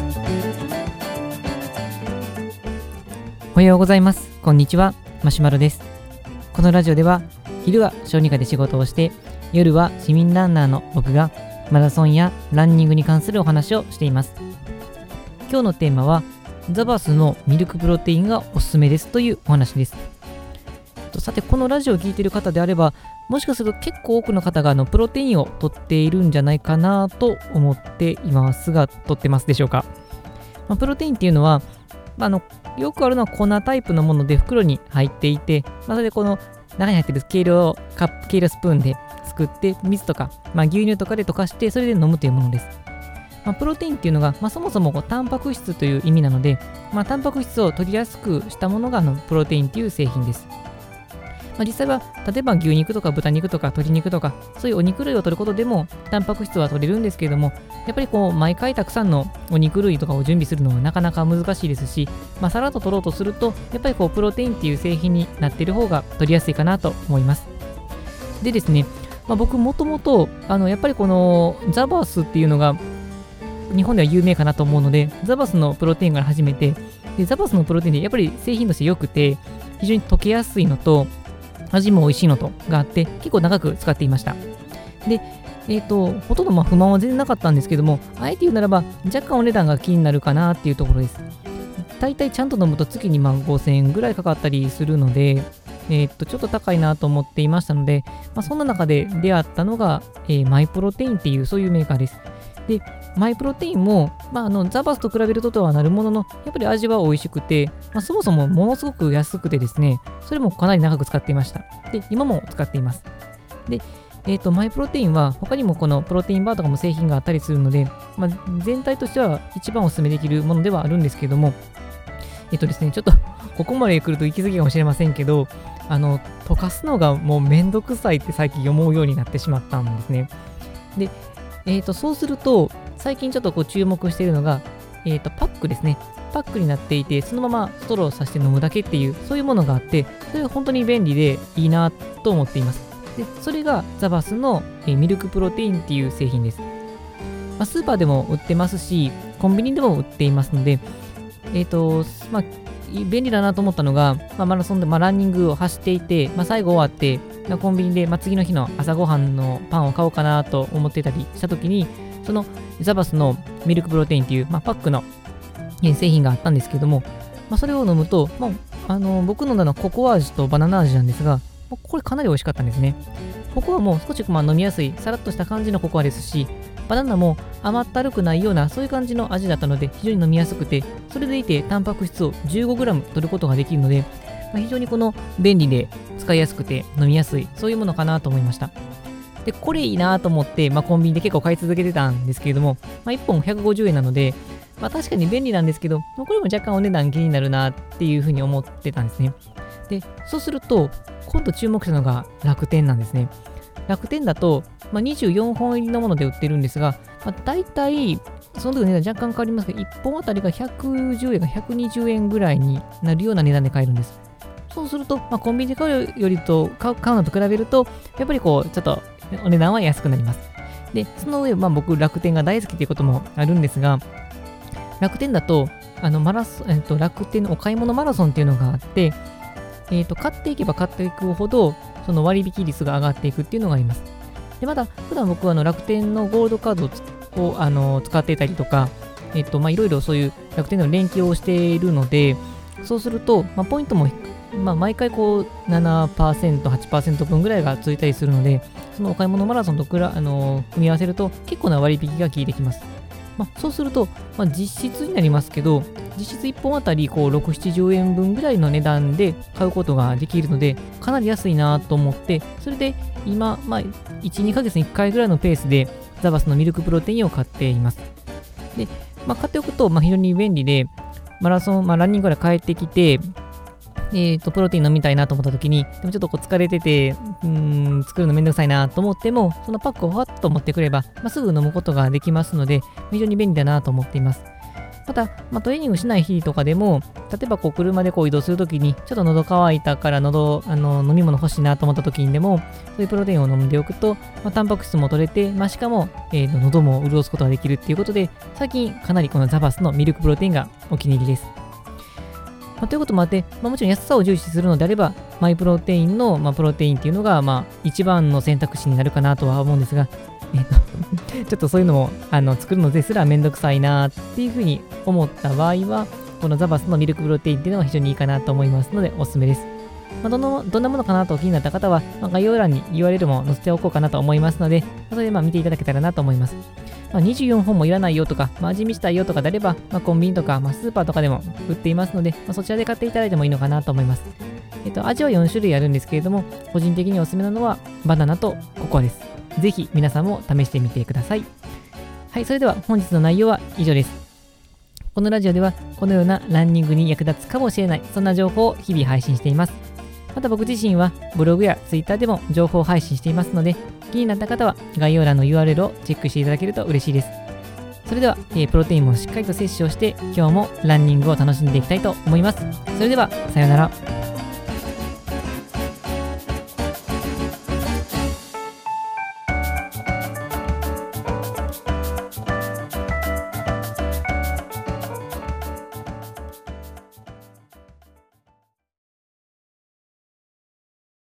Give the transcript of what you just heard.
おはようございます。こんにちは。マシュマロです。このラジオでは、昼は小児科で仕事をして、夜は市民ランナーの僕がマラソンやランニングに関するお話をしています。今日のテーマは、ザバスのミルクプロテインがおすすめですというお話です。さて、このラジオを聞いている方であれば、もしかすると結構多くの方がプロテインを取っているんじゃないかなと思っていますが、取ってますでしょうか。プロテインっていうのは、よくあるのは粉タイプのもので袋に入っていて、それでこの中に入っている計量スプーンで作って水とか、牛乳とかで溶かしてそれで飲むというものです。プロテインっていうのが、そもそもタンパク質という意味なので、タンパク質を取りやすくしたものがプロテインという製品です。実際は例えば牛肉とか豚肉とか鶏肉とかそういうお肉類を取ることでもタンパク質は取れるんですけれども、やっぱり毎回たくさんのお肉類とかを準備するのはなかなか難しいですし、さらっと取ろうとするとやっぱりプロテインっていう製品になっている方が取りやすいかなと思います。でですね、僕もともとやっぱりこのザバスっていうのが日本では有名かなと思うので、ザバスのプロテインから始めて、でザバスのプロテインでやっぱり製品として良くて非常に溶けやすいのと味も美味しいのとがあって結構長く使っていました。で、ほとんど不満は全然なかったんですけども、あえて言うならば若干お値段が気になるかなっていうところです。大体ちゃんと飲むと月に5000円ぐらいかかったりするので、ちょっと高いなと思っていましたので、そんな中で出会ったのが、マイプロテインっていうそういうメーカーです。で、マイプロテインも、ザバスと比べるとはなるものの、やっぱり味は美味しくて、そもそもものすごく安くてですね、それもかなり長く使っていました。で、今も使っています。で、マイプロテインは他にもこのプロテインバーとかも製品があったりするので、全体としては一番お勧めできるものではあるんですけども、ですね、ちょっとここまで来ると行き過ぎかもしれませんけど、溶かすのがもうめんどくさいって最近思うようになってしまったんですね。で、そうすると、最近ちょっと注目しているのが、パックですね。パックになっていて、そのままストローをさして飲むだけっていう、そういうものがあって、それが本当に便利でいいなと思っています。で、それがザバスのミルクプロテインっていう製品です。スーパーでも売ってますし、コンビニでも売っていますので、便利だなと思ったのが、マラソンで、ランニングを走っていて、最後終わって、コンビニで、次の日の朝ごはんのパンを買おうかなと思ってたりしたときに、そのザバスのミルクプロテインっていう、パックの製品があったんですけども、それを飲むと、僕飲んだのはココア味とバナナ味なんですが、これかなり美味しかったんですね。ココアも少し飲みやすい、さらっとした感じのココアですし、バナナも甘ったるくないようなそういう感じの味だったので非常に飲みやすくて、それでいてタンパク質を 15g 取ることができるので、非常に便利で使いやすくて飲みやすい、そういうものかなと思いました。で、これいいなと思って、コンビニで結構買い続けてたんですけれども、1本150円なので、確かに便利なんですけど、これも若干お値段気になるなっていうふうに思ってたんですね。で、そうすると、今度注目したのが楽天なんですね。楽天だと、24本入りのもので売ってるんですが、大体、その時の値段若干変わりますけど、1本あたりが110円か120円ぐらいになるような値段で買えるんです。そうすると、コンビニで買うよりと、買うのと比べると、やっぱりちょっとお値段は安くなります。で、その上、僕、楽天が大好きということもあるんですが、楽天だと、楽天のお買い物マラソンっていうのがあって、買っていけば買っていくほど、その割引率が上がっていくっていうのがあります。で、まだ、普段僕は楽天のゴールドカードを使っていたりとか、いろいろそういう楽天の連携をしているので、そうすると、ポイントも、毎回7%、8% 分ぐらいがついたりするので、そのお買い物マラソンと組み合わせると結構な割引が効いてきます。そうすると、実質になりますけど、実質1本あたり6、70円分ぐらいの値段で買うことができるので、かなり安いなと思って、それで今、1、2ヶ月に1回ぐらいのペースでザバスのミルクプロテインを買っています。で、買っておくと、非常に便利で、マラソン、ランニングから帰ってきて、プロテイン飲みたいなと思った時に、でもちょっと疲れてて、作るのめんどくさいなと思っても、そのパックをふわっと持ってくれば、すぐ飲むことができますので、非常に便利だなと思っています。 また、トレーニングしない日とかでも、例えば車で移動するときに、ちょっと喉乾いたから飲み物欲しいなと思ったときにでも、そういうプロテインを飲んでおくと、タンパク質も取れて、しかも、喉も潤すことができるっていうことで、最近かなりこのザバスのミルクプロテインがお気に入りです。ということもあって、もちろん安さを重視するのであれば、マイプロテインの、プロテインっていうのが、一番の選択肢になるかなとは思うんですが、ちょっとそういうのも作るのですらめんどくさいなっていうふうに思った場合は、このザバスのミルクプロテインっていうのが非常にいいかなと思いますので、おすすめです。どんなものかなと気になった方は、概要欄に URL も載せておこうかなと思いますので、それで見ていただけたらなと思います。24本もいらないよとか、味見したいよとかであれば、コンビニとか、スーパーとかでも売っていますので、そちらで買っていただいてもいいのかなと思います。味は4種類あるんですけれども、個人的におすすめなのはバナナとココアです。ぜひ皆さんも試してみてください。はい、それでは本日の内容は以上です。このラジオではこのようなランニングに役立つかもしれない、そんな情報を日々配信しています。また僕自身はブログやツイッターでも情報配信していますので、気になった方は概要欄の URL をチェックしていただけると嬉しいです。それでは、プロテインもしっかりと摂取をして、今日もランニングを楽しんでいきたいと思います。それでは、さようなら。